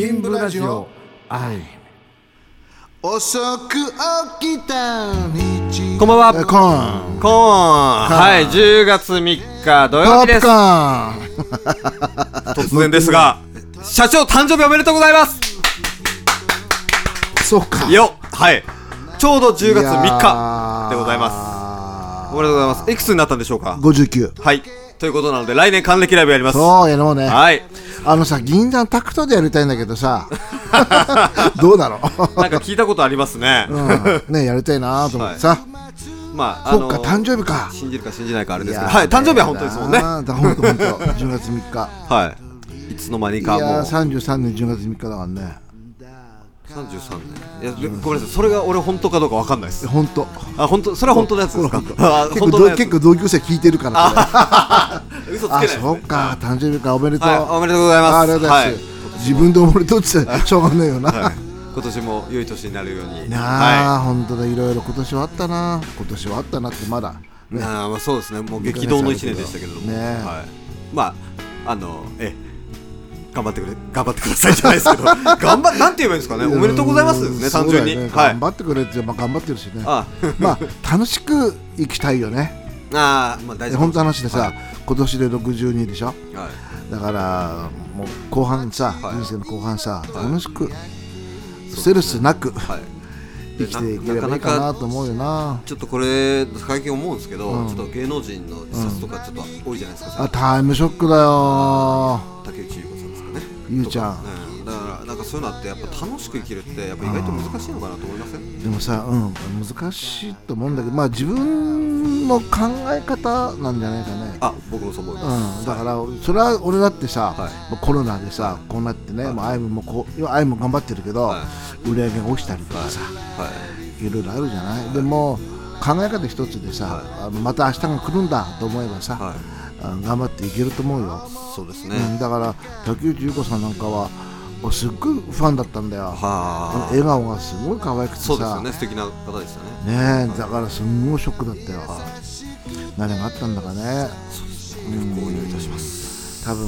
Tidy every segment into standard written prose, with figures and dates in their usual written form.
銀ブラジオ遅く起きた日こんばんは。 コーンはい、10月3日土曜日です。突然ですが社長誕生日おめでとうございます。 そうかよ、はい、ちょうど10月3日でございます。おめでとうございます。いくつになったんでしょうか。 59。 はいということなので来年還暦ライブやります。 そうやろうね。 はいさ銀座のタクトでやりたいんだけどさどうだろうなんか聞いたことありますね、 ねやりたいなと思ってさ、はい、 まあそっか誕生日か。 信じるか信じないかあれですけど、はい、誕生日は本当ですもんね。 本当10月3日はいいつの間にかもういや33年10月3日だからね。 33年。いやごめんなさい、それが俺本当かどうかわかんないです。 本当。 あ、本当、それは本当のやつですか。 結構同級生聞いてるから嘘つけないですね。 そうか誕生日かおめでとう、 おめでとうございます。 ありがとうございます。自分でおめでとうって言ってしょうがないよな。 今年も良い年になるようになあ、本当だ。いろいろ今年はあったなってまだね。 まあそうですね。もう激動の1年でしたけれども、まあ頑張ってくださいじゃないですけどなんて言えばいいんですかね。おめでとうございますですね、単純に。 頑張ってくれって頑張ってるしね。まあ楽しく生きたいよね。 まあ大事。 本当の話でさ、今年で62でしょ。だからもう後半さ、人生の後半さ、楽しくストレスなく生きていければいいかなと思うよな。 ちょっとこれ最近思うんですけど、ちょっと芸能人の自殺とかちょっと多いじゃないですか。 タイムショックだよ。 竹内結子さんですかね。 ゆうちゃん。 だからなんかそういうのってやっぱ楽しく生きるってやっぱ意外と難しいのかなと思いません？ でもさ、難しいと思うんだけど、まあ自分の考え方なんじゃないかね。 僕もそう思います。 だからそれは俺だってさ、コロナでさこうなってね、アイムも頑張ってるけど、売り上げが落ちたりとかさ、いろいろあるじゃない。でも考え方一つでさ、また明日が来るんだと思えばさ、頑張っていけると思うよ。 そうですね。 だから竹内結子さんなんかはすっごいファンだったんだよ。笑顔がすごい可愛くてさ。 そうですよね。素敵な方でしたね。 だからすんごいショックだったよ。何があったんだかね。 ご意味いたします。 多分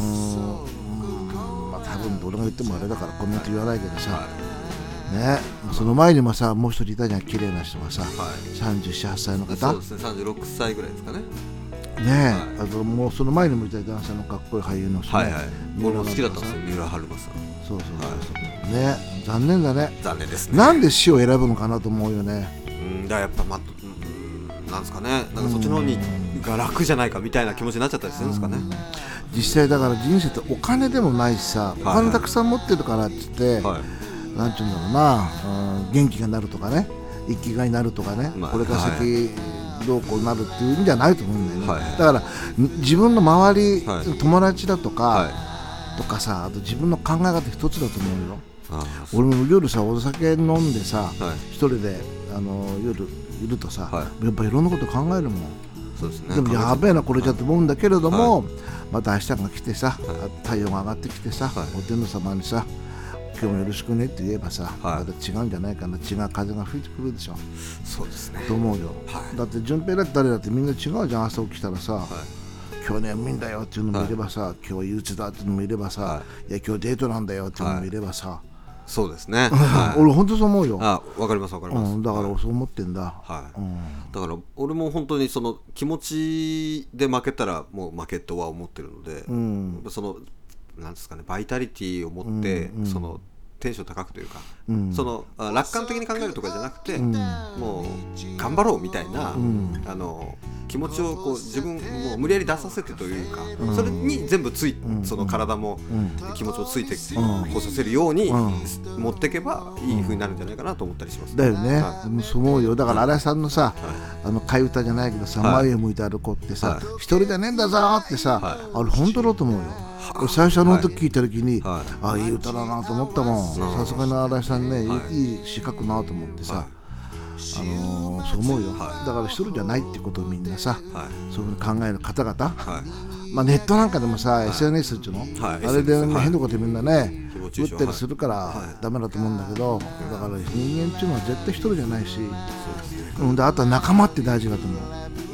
俺が言ってもあれだからコメント言わないけどさ、その前にもさ、もう一人いたじゃん、綺麗な人がさ、37、8歳の方。 そうですね、36歳ぐらいですかね。 あともうその前にもいた男性のかっこいい俳優の人ね。 俺も好きだったんですよ、三浦春馬さん。 そう残念だね。 残念ですね。 なんで死を選ぶのかなと思うよね。 だからやっぱなんですかね、なんかそっちの方が楽じゃないかみたいな気持ちになっちゃったりするんですかね。 実際だから人生ってお金でもないしさ、お金たくさん持ってるからって言って、なんていうんだろうな、元気がなるとかね、生きがいになるとかね、これから先どうこうなるっていうんじゃないと思うんだよね。だから自分の周り、友達だとかさ、あと自分の考え方一つだと思うよ。俺も夜さ、お酒飲んでさ、一人で夜いるとさ、やっぱいろんなこと考えるもん。でもやべえなこれじゃと思うんだけれども、また明日が来てさ、太陽が上がってきてさ、お天道様にさ、今日もよろしくねって言えばさ、また違うんじゃないかな。違う風が吹いてくるでしょ。 そうですね。 と思うよ。だって順平だって誰だってみんな違うじゃん。朝起きたらさ、今日眠いんだよっていうのもいればさ、今日憂鬱だっていうのもいればさ、いや今日デートなんだよっていうのもいればさ。 そうですね。 俺本当そう思うよ。 わかります。だからそう思ってんだ。 だから俺も本当にその気持ちで負けたらもう負けとは思ってるので、そのなんですかね、バイタリティを持ってそのテンション高くというか、その楽観的に考えるとかじゃなくて、もう頑張ろうみたいな気持ちをこう自分もう無理やり出させてというか、それに全部その体も気持ちもついてこうさせるように持っていけばいい風になるんじゃないかなと思ったりします。 だよね。そう思うよ。だから新井さんのさ、替え歌じゃないけどさ、前を向いて歩こうってさ、一人じゃねえんだぞってさ、あれ本当だと思うよ。最初の時聞いた時に、いい歌だなと思ったもん。さすがの新井さんね、いい詩書くなと思ってさ、そう思うよ。だから一人じゃないってことをみんなさ、そういうふうに考える方々、ネットなんかでもさ、SNS っていうの、あれで変なことみんなね打ったりするからダメだと思うんだけど、だから人間っていうのは絶対一人じゃないし、あとは仲間って大事だと思う。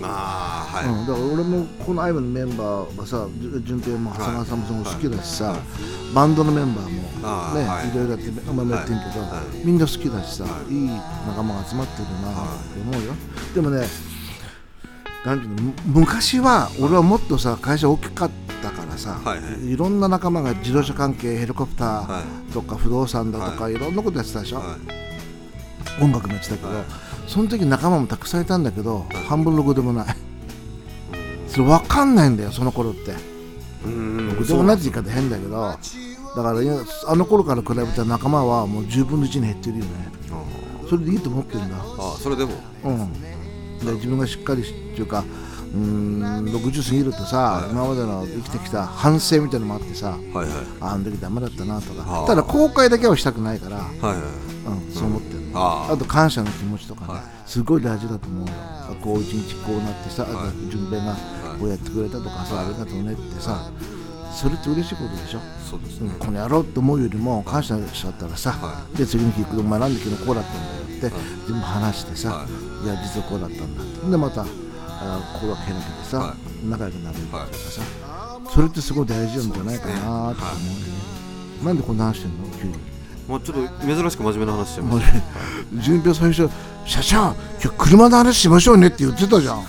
はい、 だから俺もこのアイムのメンバーはさ、順平も長谷川さんも好きだしさ、バンドのメンバーもね、いろいろやって今もやってんけど、みんな好きだしさ、いい仲間が集まってるなって思うよ。でもね、なんていうの、昔は俺はもっとさ、会社大きかったからさ、いろんな仲間が自動車関係、ヘリコプターとか不動産だとかいろんなことやってたでしょ。音楽もやってたけど、その時仲間もたくさんいたんだけど、半分ろくでもない。それ分かんないんだよ、その頃って。ろくでもないって言い方変だけど、だからあの頃から比べた仲間はもう10分の1に減ってるよね。それでいいと思ってるんだ。 それでも、 で自分がしっかりっていうか、60過ぎるとさ、今までの生きてきた反省みたいなのもあってさ、あの時ダメだったなとか、ただ後悔だけはしたくないから、そう思ってる。あと感謝の気持ちとかね、すごい大事だと思うよ。こう一日こうなってさ、順平がこうやってくれたとかさ、ありがとうねってさ、それって嬉しいことでしょ。 そうですね。 この野郎って思うよりも感謝しちゃったらさ、で次の日お前なんで昨日こうだったんだよって全部話してさ、いや実はこうだったんだって、でまた心が開けてさ、仲良くなれるとかさ、それってすごい大事なんじゃないかなと思うよね。なんでこんな話してんの急に。 もうちょっと珍しく真面目な話してます。 順平最初、社長今日車の話しましょうねって言ってたじゃん。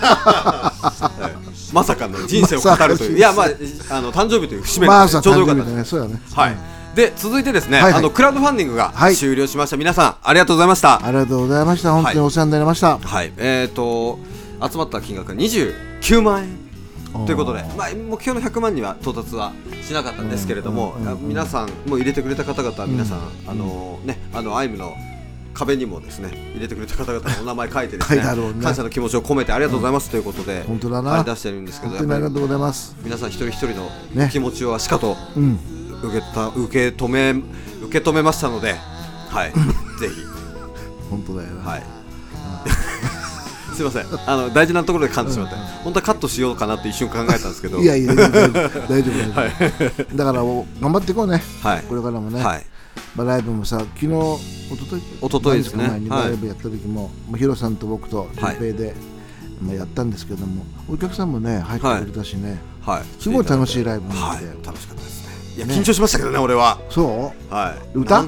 まさかの人生を語るという、いやまあ誕生日という節目でちょうどよかったね。そうだね。 はい。で続いてですね、クラウドファンディングが終了しました。皆さんありがとうございました。 ありがとうございました。本当にお世話になりました。 はい。集まった金額が29万円ということで、目標の100万には到達はしなかったんですけれども、皆さんも入れてくれた方々は皆さんアイムの壁にもですね入れてくれた方々のお名前書いてですね感謝の気持ちを込めてありがとうございますということで本当だな出してるんですけど、 本当にありがとうございます。 皆さん一人一人の気持ちをしかと受け止めましたので、はい、ぜひ本当だよな。 はい。すいません、大事なところで噛んでしまって、本当はカットしようかなって一瞬考えたんですけど、 いや大丈夫だから頑張っていこうね、これからもね。ライブもさ、昨日一昨日ですね、前にライブやった時もヒロさんと僕と順平でやったんですけども、お客さんもね入ってくれたしね、すごい楽しいライブなんで楽しかったですね。いや緊張しましたけどね、俺は。 そう、歌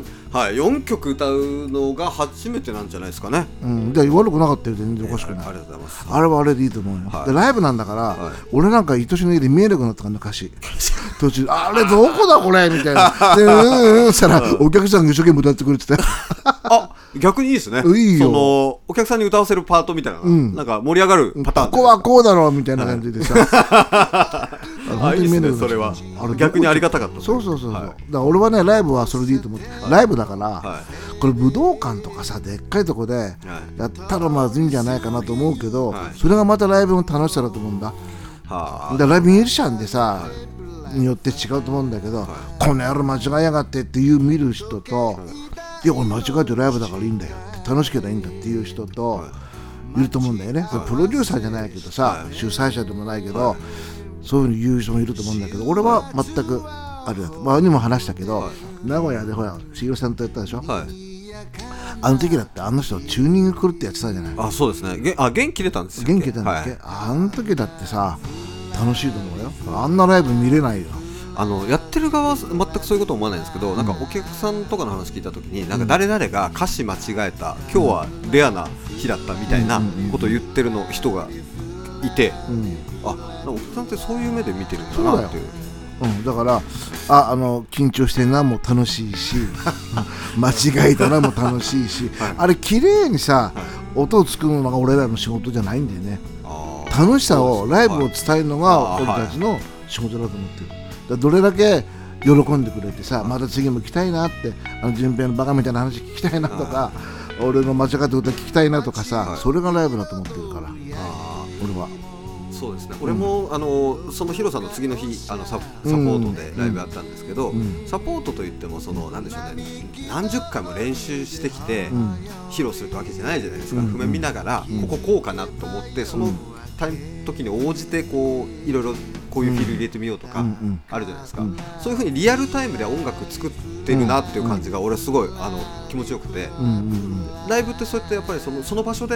4曲歌うのが初めてなんじゃないですかね。 で悪くなかったよ、全然おかしくない。 ありがとうございます。 あれはあれでいいと思うよ。でライブなんだから俺なんか愛しの家で見えなくなったから歌詞途中あれどこだこれみたいなでしたらお客さんが一生懸命歌ってくれてたよ。 あ、逆にいいですね。 いいよ。 お客さんに歌わせるパートみたいな、なんか盛り上がるパターン。 ここはこうだろうみたいな感じでさ。 本当に見えなくなった。それは逆にありがたかった。 そうだから俺はねライブはそれでいいと思って、ライブだからこれ武道館とかさでっかいとこでやったらまずいんじゃないかなと思うけど、それがまたライブの楽しさだと思うんだ。ライブミュージシャンでさによって違うと思うんだけど、この野郎間違えやがってっていう見る人と、いやこれ間違えてライブだからいいんだよって楽しければいいんだっていう人といると思うんだよね。プロデューサーじゃないけどさ、主催者でもないけど、そういうふうに言う人もいると思うんだけど、俺は全くあれだと。前にも話したけど、名古屋でほらしげるさんとやったでしょ。あの時だってあの人チューニング狂ってやってたじゃない。 あ、そうですね。元気出たんですよ。 元気出たんだっけ。あの時だってさ楽しいと思うよ。あんなライブ見れないよ。 やってる側は全くそういうこと思わないんですけど、なんかお客さんとかの話聞いたときに、なんか誰々が歌詞間違えた、今日はレアな日だったみたいなことを言ってる人がいて、あ、お客さんってそういう目で見てるんだなっていう。 だから緊張してるのも楽しいし間違えたのも楽しいし、あれ綺麗にさ音を作るのが俺らの仕事じゃないんだよね。楽しさをライブを伝えるのが俺たちの仕事だと思ってる。どれだけ喜んでくれてさ、また次も来たいなって、順平のバカみたいな話聞きたいなとか、俺の間違った歌聞きたいなとかさ、それがライブだと思ってるから、俺は。 そうですね。俺もそのヒロさんの次の日サポートでライブやったんですけど、サポートといってもなんでしょうね、何十回も練習してきて披露するってわけじゃないじゃないですか。譜面見ながらこうかなと思って、その時に応じていろいろこういうフィル入れてみようとかあるじゃないですか。そういう風にリアルタイムで音楽作ってるなっていう感じが俺はすごい気持ちよくて、ライブってそうやってやっぱりその場所で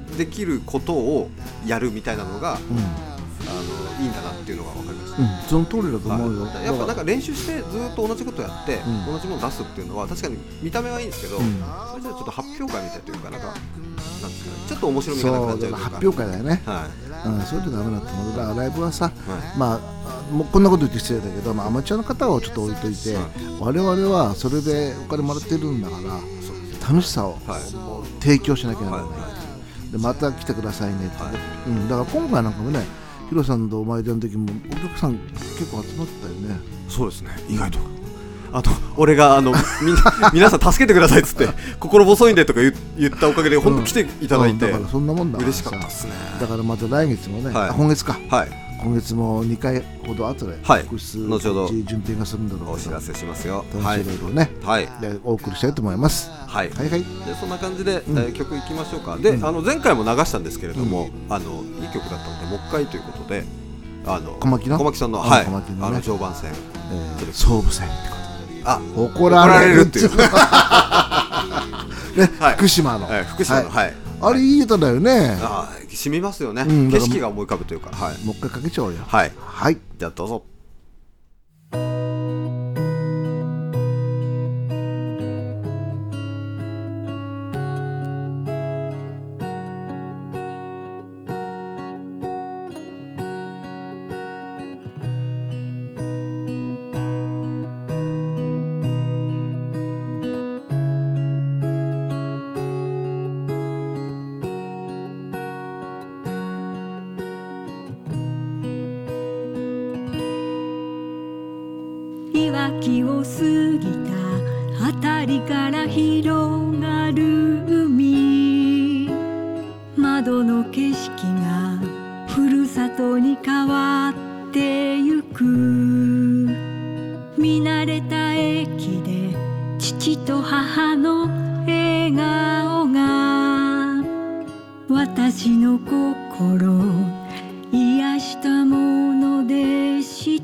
できることをやるみたいなのが、いいんだなっていうのが分かりました。 その通りだと思うよ。 やっぱなんか練習してずっと同じことやって、同じものを出すっていうのは確かに見た目はいいんですけど、それじゃちょっと発表会みたいというか、なんですかね、ちょっと面白みがなくなっちゃうというか。 発表会だよね。そういうのダメだと思う。だからライブはさ、もうこんなこと言って失礼だけど、アマチュアの方をちょっと置いといて、我々はそれでお金もらってるんだから楽しさを提供しなきゃならない。でまた来てくださいねって、だから今回なんかもね、ヒロさんとお前での時もお客さん結構集まってたよね。 そうですね、意外と。俺が皆さん助けてくださいっつって心細いんでとか言ったおかげで本当来ていただいて、 だからそんなもんだから嬉しかったですね。 だからまた来月もね、今月か、今月も2回ほど後で複数後ほど準備がするんだろうけど、 お知らせしますよ。 楽しいいろいろね、でお送りしたいと思います。 はいはい。でそんな感じで曲いきましょうか。で前回も流したんですけれども、いい曲だったのでもう一回ということで、 小牧さんの常磐線、 総武線ってこと。怒られるっていう福島の、あれいい歌だよね。 染みますよね。景色が思い浮かぶというか、 もう一回かけちゃおうよ。 はい、じゃあどうぞ。 いわきを過ぎたあたりから広がる海、窓の景色がふるさとに変わってゆく。見慣れた駅で父と母の笑顔が私の心癒したものでした。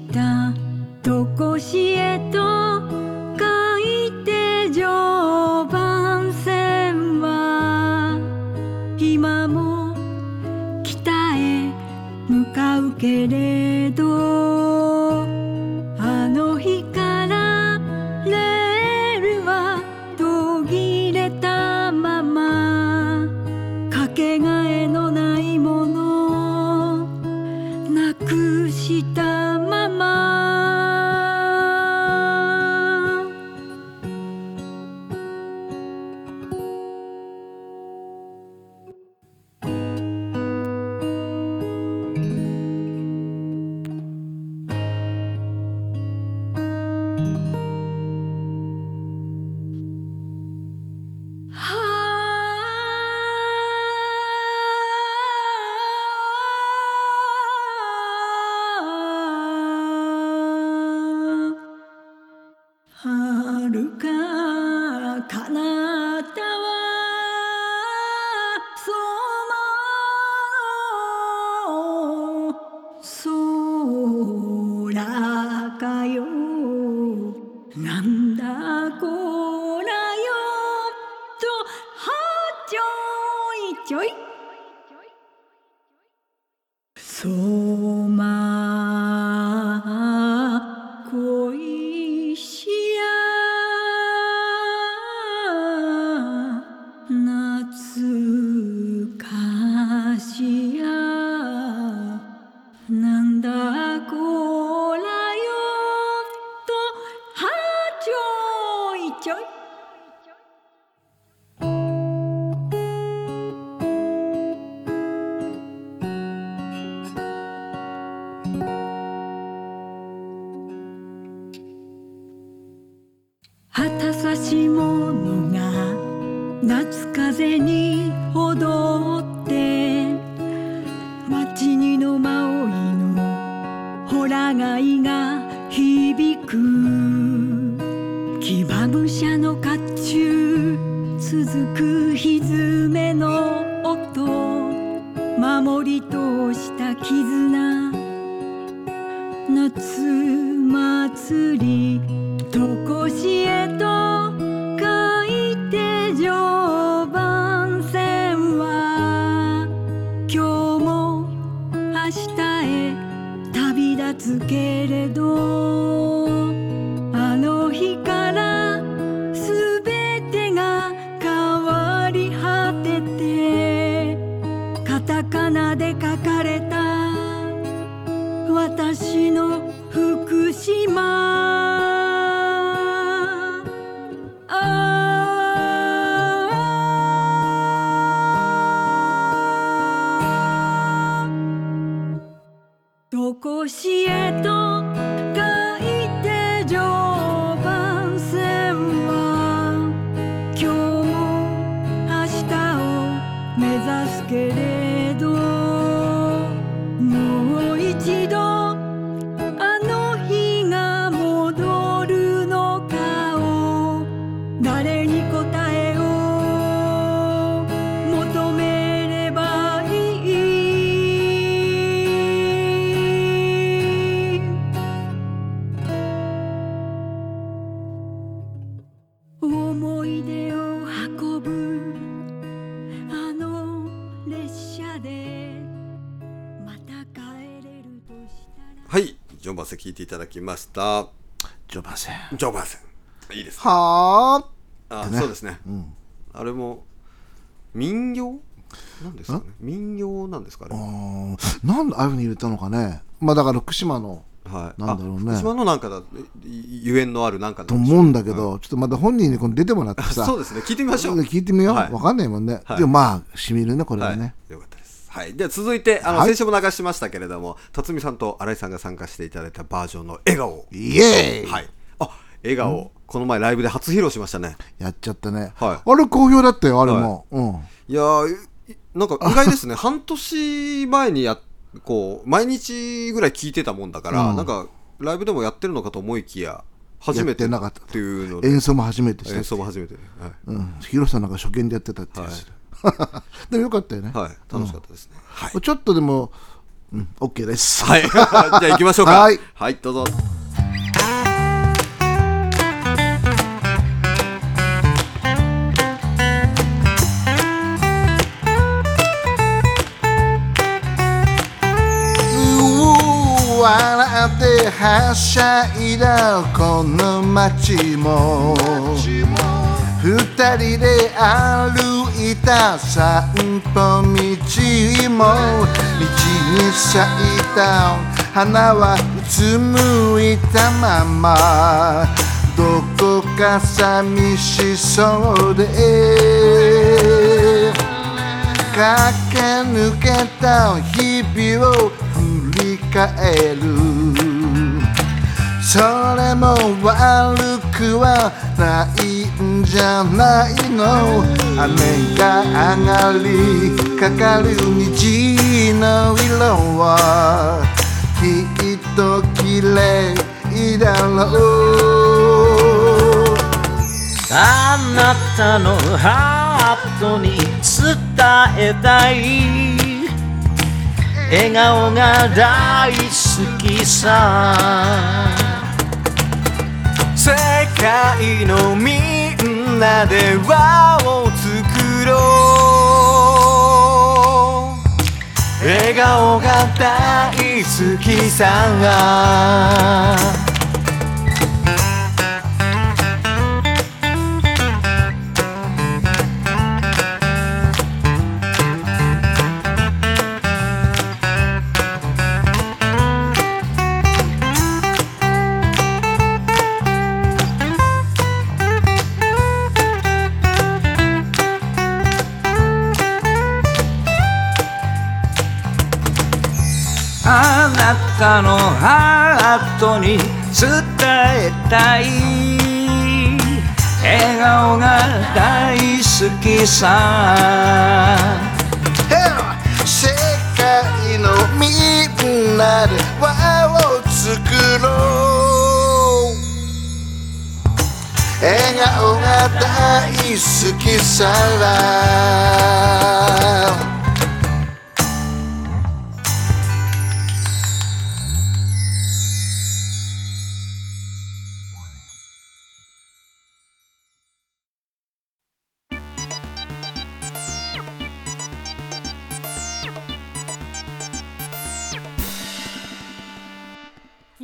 とこしえと書いて常磐線は今も北へ向かうけれど、あの日からレールは途切れたまま、かけがえのないものなくしたまま。遥か彼方はその空かよ、なんだこらよとはちょいちょいそま恋しや懐かしや、なんだこらよとはちょいちょい旗差し物が夏風に踊って街にの舞いのほら貝が響く、騎馬武者の甲冑続く蹄の音、守り通した絆、夏祭りとこしえと書いて常磐線はつけれど、あの日からすべてが変わり果てて、カタカナで書かれた私の福島。とこしえと書いて常磐線は、今日も明日を目指すけれど、もう一度あの日が戻るのかを、誰に答えを求めればいい。思い出を運ぶあの列車でまた帰れるとしたら。 はい、ジョンバセ聞いていただきました。 ジョバセンいいですね。 はあ、そうですね、あれも民謡なんですかね。民謡なんですかね。 なんでああいうふうに入れたのかね。まあだから福島の、 はい、 なんだろうね、 福島のなんかだゆえんのあるなんかと思うんだけど、ちょっとまた本人にこの出てもらってさそうですね、聞いてみましょう。 聞いてみよう、分かんないもんね、でもまあしみるねこれはね、 よかったです。はい、では続いて先週も流しましたけれども、辰巳さんと新井さんが参加していただいたバージョンの笑顔、 イエーイ、 はい、笑顔、この前ライブで初披露しましたね。 やっちゃったね、 あれ好評だったよ、あれも、 いやなんか意外ですね半年前にこう毎日ぐらい聞いてたもんだから、なんかライブでもやってるのかと思いきや初めてなかったっていうので、 演奏も初めてした、ヒロさんなんか初見でやってたってやつ、でもよかったよね、 楽しかったですね、 ちょっとでもOK です。 はい、じゃあ行きましょうか。はい、どうぞ。 笑ってはしゃいだこの街も、二人で歩いた散歩道も、道に咲いた花はうつむいたまま、どこか寂しそうで駆け抜けた日々を振り返る、それも悪くはないんじゃないの、雨が上がりかかる虹の色はきっと綺麗だろう。 あなたのハートに伝えたい笑顔が大好きさ、世界のみんなで輪を作ろう、笑顔が大好きさ、あなたのハートに伝えたい笑顔が大好きさ、 世界のみんなで輪を作ろう、笑顔が大好きさ。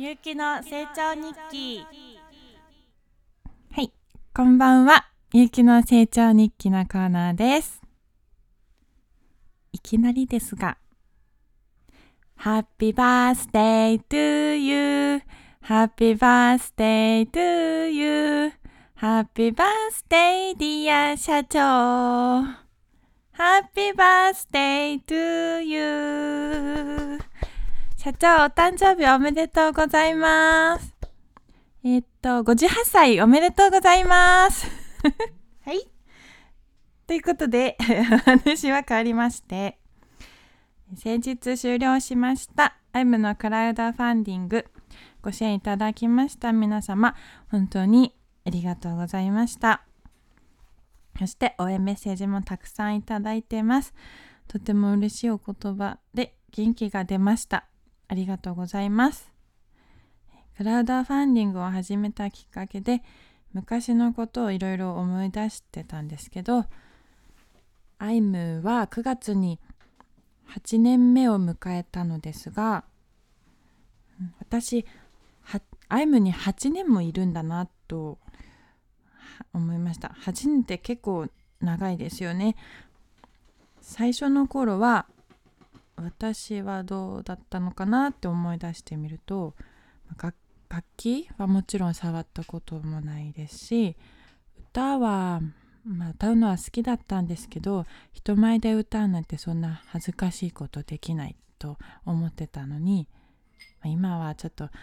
ゆうきの成長日記。はい、こんばんは。ゆうきの成長日記のコーナーです。いきなりですが、Happy birthday to you, Happy birthday to you, Happy birthday dear 社長、Happy birthday to you。社長、お誕生日おめでとうございます。58歳おめでとうございます。はい。ということで、話は変わりまして、先日終了しました、IM のクラウドファンディング、ご支援いただきました皆様、本当にありがとうございました。そして応援メッセージもたくさんいただいてます。とても嬉しいお言葉で元気が出ました。ありがとうございます。クラウドファンディングを始めたきっかけで、昔のことをいろいろ思い出してたんですけど、IM は9月に8年目を迎えたのですが、私、IM に8年もいるんだなと思いました。8年って結構長いですよね。最初の頃は私はどうだったのかなって思い出してみると、楽器はもちろん触ったこともないですし、歌は、歌うのは好きだったんですけど、人前で歌うなんてそんな恥ずかしいことできないと思ってたのに、今はちょっと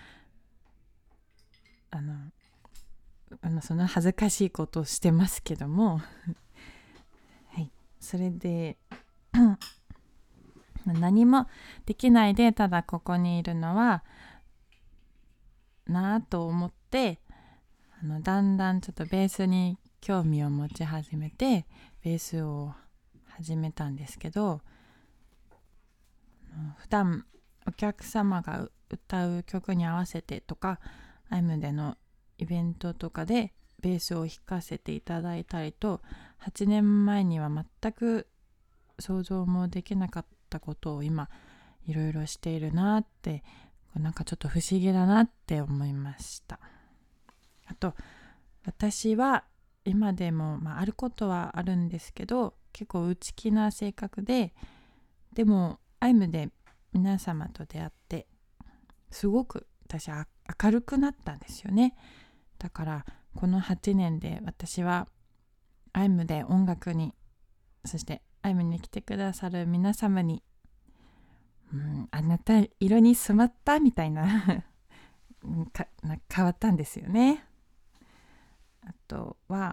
そんな恥ずかしいことをしてますけどもはい、それで何もできないでただここにいるのはなぁと思って、だんだんちょっとベースに興味を持ち始めてベースを始めたんですけど、普段お客様が歌う曲に合わせてとか、IM でのイベントとかでベースを弾かせていただいたりと、8年前には全く想像もできなかったことを今いろいろしているなって、なんかちょっと不思議だなって思いました。あと私は今でも、あることはあるんですけど、結構内気な性格で、でも IM で皆様と出会ってすごく私は明るくなったんですよね。だからこの8年で私は IM で音楽に、そして IM に来てくださる皆様に、あなた色に染まったみたいな変わったんですよね。あとは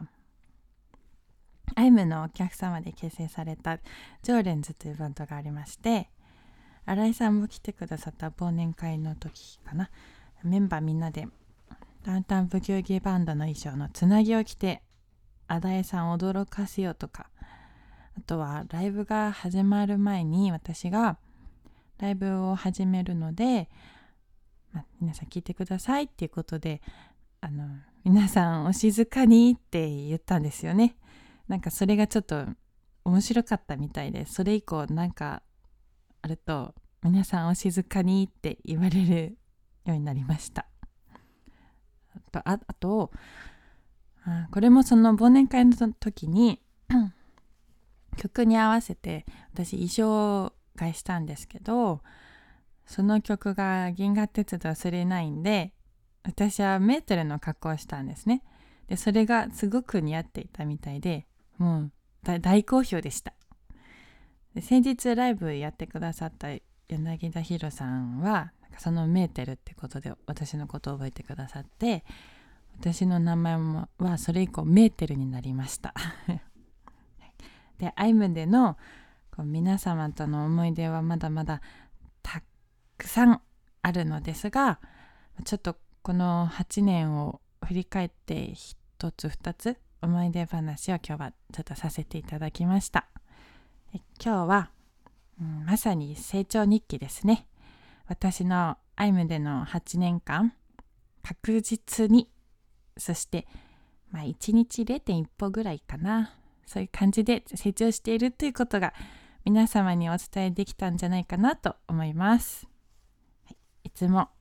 IM のお客様で結成されたジョーレンズというバンドがありまして、新井さんも来てくださった忘年会の時かな、メンバーみんなでダウンタウンブギウギバンドの衣装のつなぎを着て新井さんを驚かせようとか、あとはライブが始まる前に私がライブを始めるので、皆さん聞いてくださいっていうことで、皆さんお静かにって言ったんですよね。なんかそれがちょっと面白かったみたいで、それ以降なんかあると皆さんお静かにって言われるようになりました。あとこれもその忘年会の時に曲に合わせて私衣装替えしたんですけど、その曲が銀河鉄道999で、私はメーテルの格好をしたんですね。でそれがすごく似合っていたみたいで、もう大好評でした。で先日ライブやってくださった柳田博さんはそのメーテルってことで私のことを覚えてくださって、私の名前はそれ以降メーテルになりましたで IM での皆様との思い出はまだまだたくさんあるのですが、ちょっとこの8年を振り返って一つ二つ思い出話を今日はちょっとさせていただきました。今日は、まさに成長日記ですね。私の IM での8年間、確実に、そして1日 0.1 歩ぐらいかな、そういう感じで成長しているということが皆様にお伝えできたんじゃないかなと思います。いつも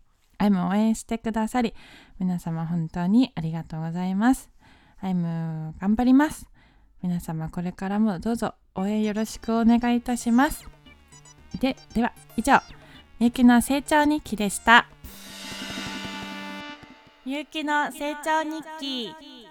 アイムを応援してくださり、皆様本当にありがとうございます。アイム頑張ります。皆様これからもどうぞ応援よろしくお願いいたします。では以上、みゆきの成長日記でした。みゆきの成長日記。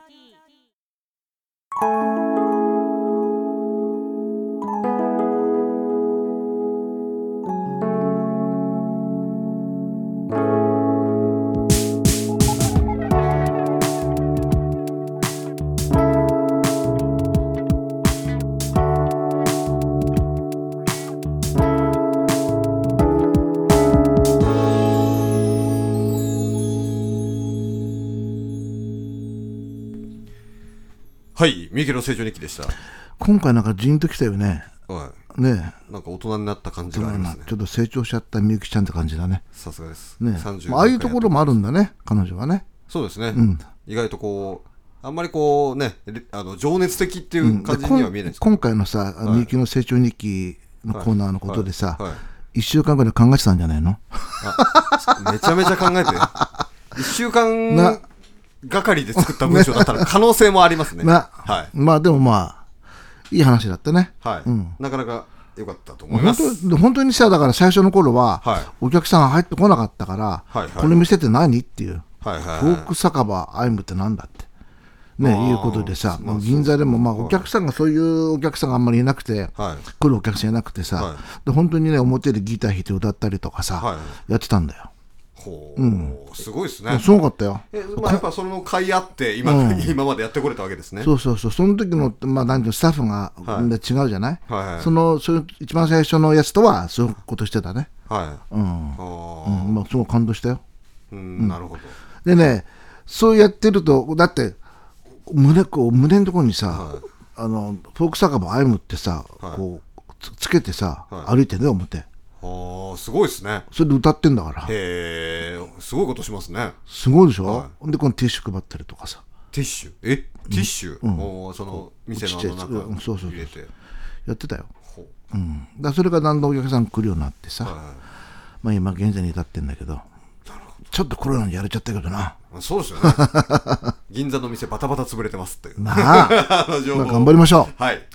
はい、みゆきの成長日記でした。 今回なんかジーンときたよね。 ね、なんか大人になった感じがありますね。 ちょっと成長しちゃったみゆきちゃんって感じだね。 さすがです。 ね、ああいうところもあるんだね、彼女はね。 そうですね。意外とこうあんまりこうね、情熱的っていう感じには見えないですけど、今回のさ、みゆきの成長日記のコーナーのことでさ、1週間ぐらい考えてたんじゃないの？ めちゃめちゃ考えて1週間がかりで作った文章だったら可能性もありますね。まあでもいい話だったね。 なかなか良かったと思います。 本当にさ、だから最初の頃はお客さんが入ってこなかったから、この店って何っていう、フォーク酒場アイムってなんだってね、いうことでさ、銀座でもお客さんがそういうお客さんがあんまりいなくて、来るお客さんいなくてさ、で本当にね、表でギター弾いて歌ったりとかさ、やってたんだよ。 すごいですね。 すごかったよ。 やっぱその甲斐あって今までやってこれたわけですね。 そうその時のなんていうスタッフが違うじゃない。そういう一番最初のやつとはそういうことしてたね。すごい感動したよ。 なるほど。 でね、そうやってるとだって胸のところにさ、フォーク酒場アイムってさ、こうつけてさ、歩いてね、表。 すごいですね。 それで歌ってんだから。 へえ、すごいことしますね。 すごいでしょ。でこのティッシュ配ったりとかさ。 ティッシュ？ティッシュ？その店の中入れてやってたよ。だそれがだんだんお客さん来るようになってさ、今現在に至ってんだけど、ちょっとコロナにやれちゃったけどな。 そうですよね。銀座の店バタバタ潰れてますっていう。 頑張りましょう。 はい。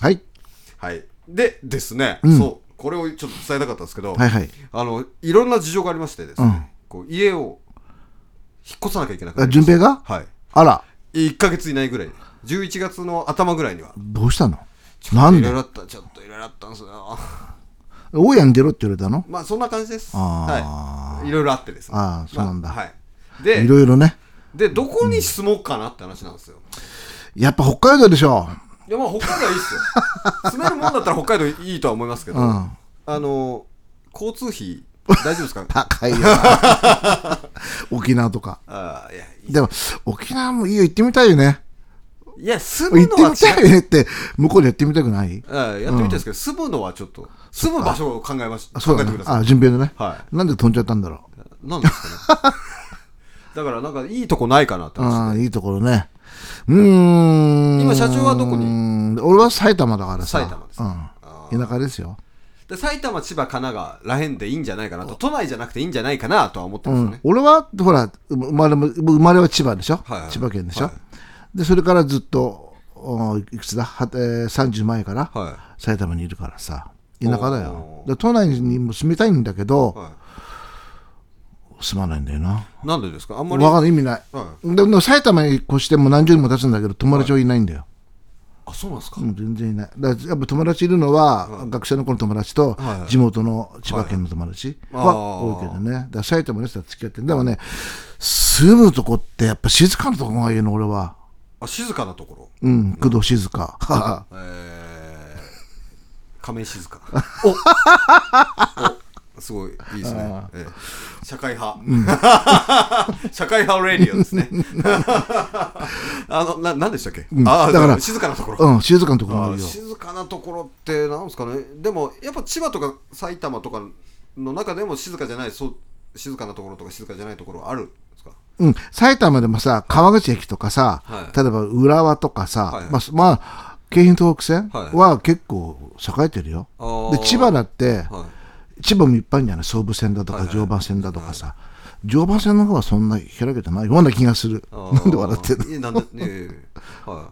でですね、そう。これをちょっと伝えたかったんですけど、いろんな事情がありましてですね、こう家を引っ越さなきゃいけなくなりました。 順平が？ はい。 あら。 1ヶ月以内ぐらい、11月の頭ぐらいには。 どうしたの？なんで？ ちょっといろいろあったんですよ。 大家に出ろって言われたの？ そんな感じです。いろいろあってですね。 そうなんだ。 で、 いろいろね。 で、どこに住もうかなって話なんですよ。 やっぱ北海道でしょ。 いや北海道はいいっすよ。住めるもんだったら北海道いいとは思いますけど、交通費大丈夫ですか？ 高いよ。沖縄とか。でも沖縄もいいよ、行ってみたいよね。 いや、住むのは行ってみたいねって、向こうでやってみたくない？ やってみたいですけど、住むのはちょっと、住む場所を考えました。 そうだね。順平でね。なんで飛んじゃったんだろう。なんですかね。だからなんかいいとこないかなって話で。 いいところね。 今社長はどこに？ 俺は埼玉だからさ。 埼玉です。 田舎ですよ。 で埼玉、千葉、神奈川らへんでいいんじゃないかなと、都内じゃなくていいんじゃないかなとは思ってますよね。 俺はほら生まれは千葉でしょ。千葉県でしょ。でそれからずっといくつだ30前から埼玉にいるからさ、田舎だよ。で都内にも住みたいんだけど、住まないんだよな。 なんでですか？あんまり分かんない、意味ない。でも埼玉に越しても何十年も経つんだけど、友達はいないんだよ。 あ、そうなんですか？ 全然いない。だからやっぱ友達いるのは、学生の頃の友達と地元の千葉県の友達は多いけどね。だから埼玉の人は付き合ってる。でもね、住むとこってやっぱ静かなとこがいいの、俺は。 静かなところ。 工藤静香。 亀井静香。すごいいいですね。社会派。社会派レディオですね。何でしたっけ？だから静かなところ。 静かなところ。 静かなところってなんですかね。でもやっぱ千葉とか埼玉とかの中でも静かじゃない、静かなところとか静かじゃないところあるんですか？ 埼玉でもさ、川口駅とかさ、例えば浦和とかさ、京浜東北線は結構栄えてるよ。で千葉だって。千葉もいっぱいあるんじゃない？総武線だとか常磐線だとかさ、 常磐線の方はそんな開けてないような気がする。なんで笑ってるの？ なんで、はい、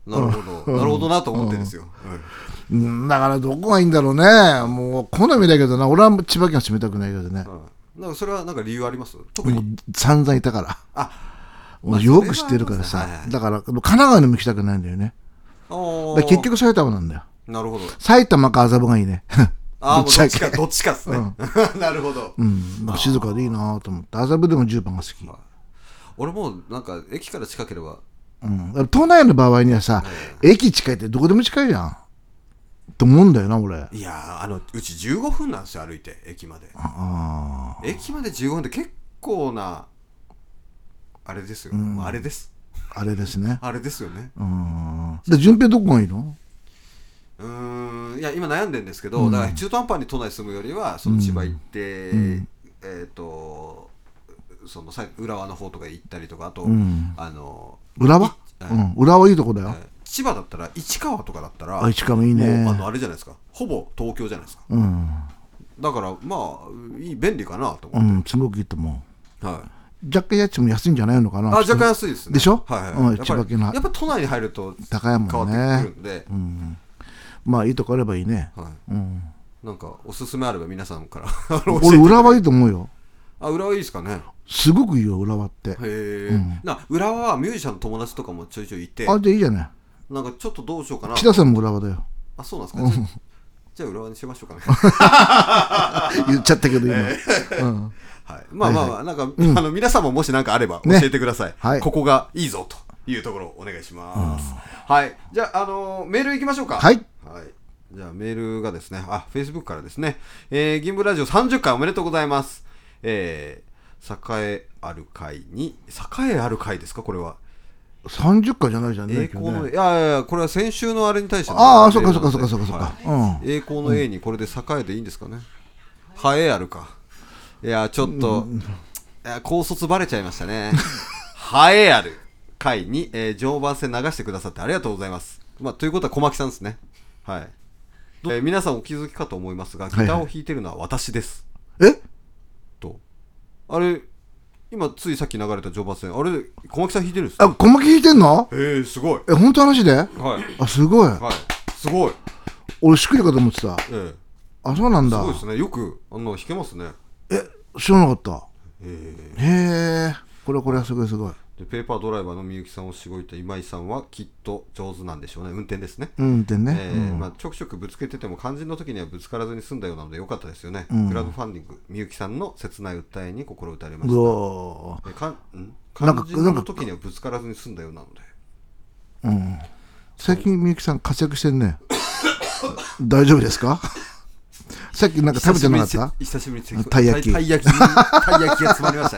なるほど、なるほどなと思ってるんですよ。 だからどこがいいんだろうね。もう好みだけどな。俺は千葉県は住みたくないけどね。 なんかそれはなんか理由あります？特にもう散々いたから。もうよく知ってるからさ。だから神奈川にも行きたくないんだよね。だ結局埼玉なんだよ。 なるほど。 埼玉か麻布がいいね。 どっちかっすね。なるほど。 静かでいいなと思って。麻布でも10番が好き。 俺もなんか駅から近ければ。 都内の場合にはさ、駅近いってどこでも近いじゃん。と思うんだよな俺。 いやうち15分なんですよ、歩いて駅まで。駅まで15分って結構なあれですよ。あれです。 あれですね。 あれですよね。 で順平どこがいいの？ いや今悩んでるんですけど、だから中途半端に都内住むよりはその千葉行って、その浦和の方とか行ったりとか、あと、 浦和？浦和いいとこだよ。 千葉だったら市川とかだったら、 市川もいいね。 もうあれじゃないですか、ほぼ東京じゃないですか。だからまあ便利かなと思って。 すごくいいと思う。 はい。 若干家賃も安いんじゃないのかな。 若干安いですね。 でしょ？ はい。 千葉県のやっぱ都内に入ると高いもんね。 変わってくるんで。 まあいいとこあればいいね。 なんかおすすめあれば皆さんから俺浦和いいと思うよ。 浦和いいですかね。 すごくいいよ浦和って。 へえ。浦和はミュージシャンの友達とかもちょいちょいいて。 じゃあいいじゃない。 なんかちょっとどうしようかな。 千田さんも浦和だよ。 そうなんですか。じゃあ浦和にしましょうかね。 言っちゃったけど今。 はい。まあなんか皆さんももし何かあれば教えてください。ここがいいぞというところをお願いします。はい。じゃあメールいきましょうか。 はい。 じゃあメールがですね、Facebook からですね、銀ブラジオ30回おめでとうございます。栄ある会ですか、これは。 30回じゃないじゃんね。 栄光の、いやこれは先週のあれに対しての。 そうか。 栄光の A にこれで栄でいいんですかね。栄あるか。いやちょっと、高卒バレちゃいましたね。栄ある会に、常磐線流してくださってありがとうございます。ということは小牧さんですね。はい。皆さんお気づきかと思いますが、ギターを弾いてるのは私です。あれ今ついさっき流れた常磐線、あれ小牧さん弾いてるんですか？ 小牧弾いてんの？ すごい。 本当話で？はい。すごい。 はい。すごい。 俺しっくりかと思ってた。そうなんだ。 すごいですね。よく弾けますね。 知らなかった。へえ。これはすごい。 でペーパードライバーのみゆきさんをしごいた今井さんはきっと上手なんでしょうね。運転ですね。 運転ね。 ちょくちょくぶつけてても肝心の時にはぶつからずに済んだようなのでよかったですよね。クラウドファンディングみゆきさんの切ない訴えに心打たれました。肝心の時にはぶつからずに済んだようなので。 最近みゆきさん活躍してるね。大丈夫ですか？さっきなんか食べてなかった？ 久しぶりにたい焼きが詰まりましたね。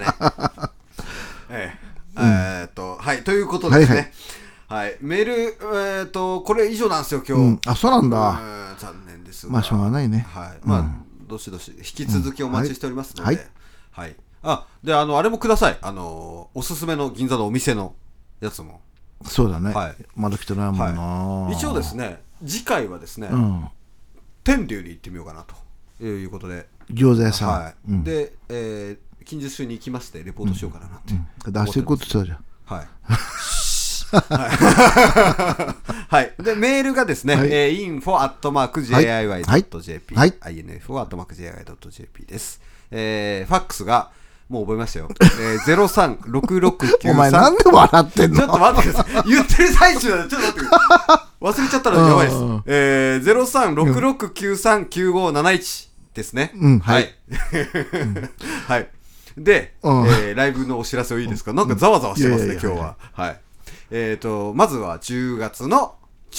はい、ということですね。はい、メール、これ以上なんですよ、今日。 そうなんだ。 残念ですが。しょうがないね。 はい。どしどし引き続きお待ちしておりますので。はい。で、あれもください。おすすめの銀座のお店のやつも。 そうだね。まだ来てないもんな。 一応ですね、次回はですね、天竜に行ってみようかなということで。 餃子屋さん。 はい。で、近日中に行きましてレポートしようかなって出していくって言ってたじゃん。 はい。でメールがですね、info@jiy.jp、info@jiy.jp です。ファックスがもう覚えましたよ。036693。 お前なんで笑ってんの？ ちょっと待ってください。言ってる最中だ。ちょっと待ってください。忘れちゃったらやばいです。0366939571ですね。はい。はい。で、ライブのお知らせをいいですか？なんかざわざわしてますね、今日は。はい。まずは10月の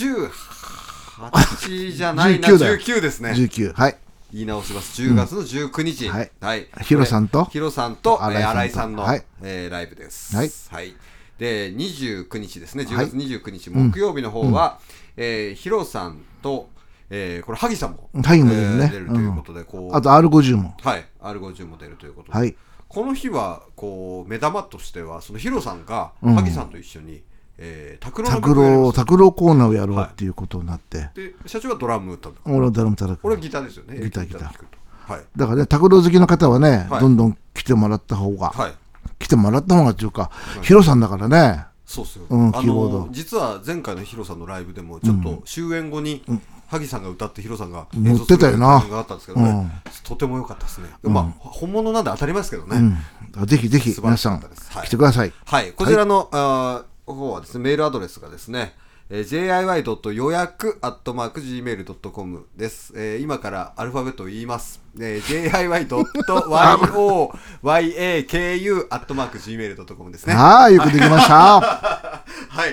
18じゃないな、19ですね。 19、はい。 言い直します。10月の19日。はい。 ヒロさんと新井さんのライブです。はい。で、29日ですね、10月29日木曜日の方は、ヒロさんと、これ萩さんも出るということで、 あと R50 も。 はい。R50 も出るということで。この日はこう目玉としてはそのヒロさんが萩さんと一緒に拓郎コーナーをやろうっていうことになって、 で社長はドラム叩く、 俺はドラム叩く、 俺はギターですよね。 ギターだからね拓郎好きの方はね、 はい、 どんどん来てもらった方が、 はい、 来てもらった方がっていうか、ヒロさんだからね。 そうっすよ、 キーボード実は前回のヒロさんのライブでもちょっと終演後に、萩さんが歌ってヒロさんが演奏するタイミングがあったんですけどね、とても良かったですね、まあ本物なんで当たり前ですけどね、 ぜひぜひ皆さん来てください。 はい、こちらの、方はですね、メールアドレスがですね、jiy.yoyaku@gmail.com です、今からアルファベットを言います、jiy.yoyaku@gmail.com ですね。 はい、よくできましたはい、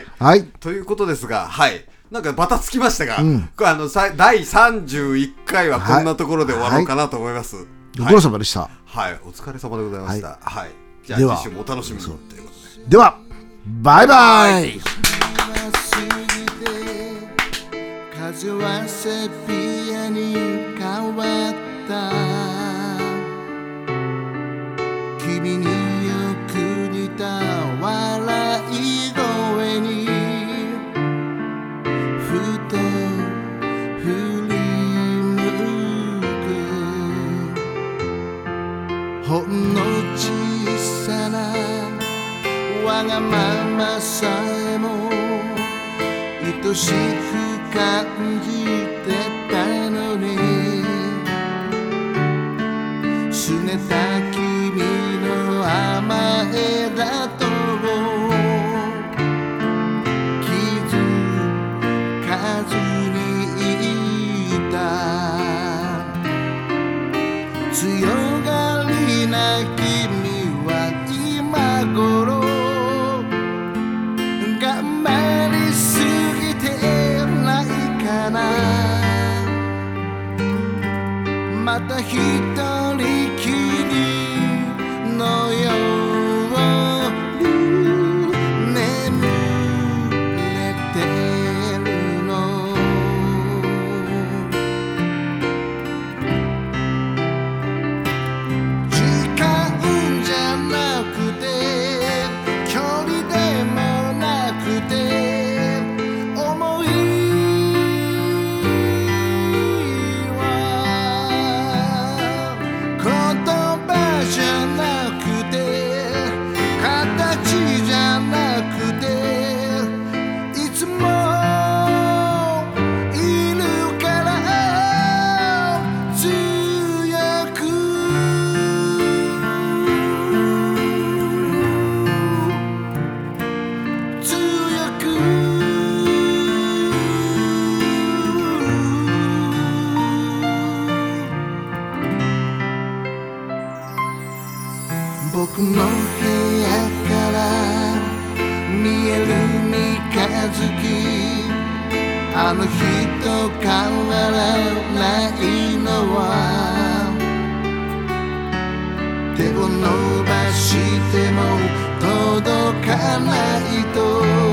はい、 ということですが、はい、なんかバタつきましたが、第31回はこんなところで終わろうかなと思います。 ご苦労様でした。 はい、お疲れ様でございました。はい、じゃあ次週もお楽しみにということで。 では、バイバイ。 風はセピアに変わった。君によく似た笑い声にふと振り向く。ほんの小さなわがままさえも愛しく感じてたのに、すねた君の甘えだと気づかずにいた。強がりな君は今頃頑張りすぎてないかな。また一人きりの夜眠れてるの。時間じゃなくて距離でもなくて思いは言葉じゃなくて形じゃなくていつもいるから強く強く僕の部屋から見える三日月、あの日と変わらないのは手を伸ばしても届かないと